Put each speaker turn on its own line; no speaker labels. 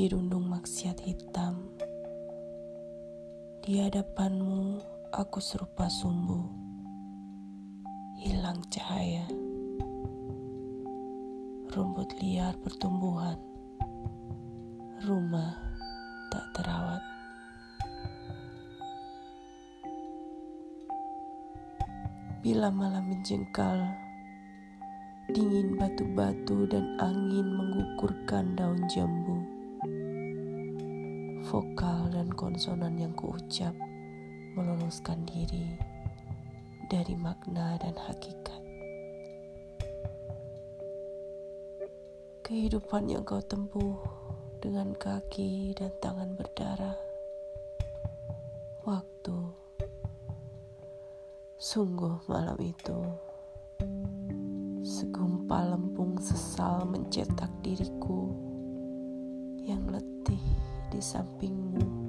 dirundung maksiat hitam. Di hadapanmu aku serupa sumbu, hilang cahaya. Rumput liar pertumbuhan, rumah tak terawat. Bila malam menjengkal, dingin batu-batu dan angin mengukurkan daun jambu. Vokal dan konsonan yang kuucap meloloskan diri dari makna dan hakikat. Kehidupan yang kau tempuh dengan kaki dan tangan berdarah. Waktu. Sungguh malam itu, segumpal lempung sesal mencetak diriku yang letih di sampingmu.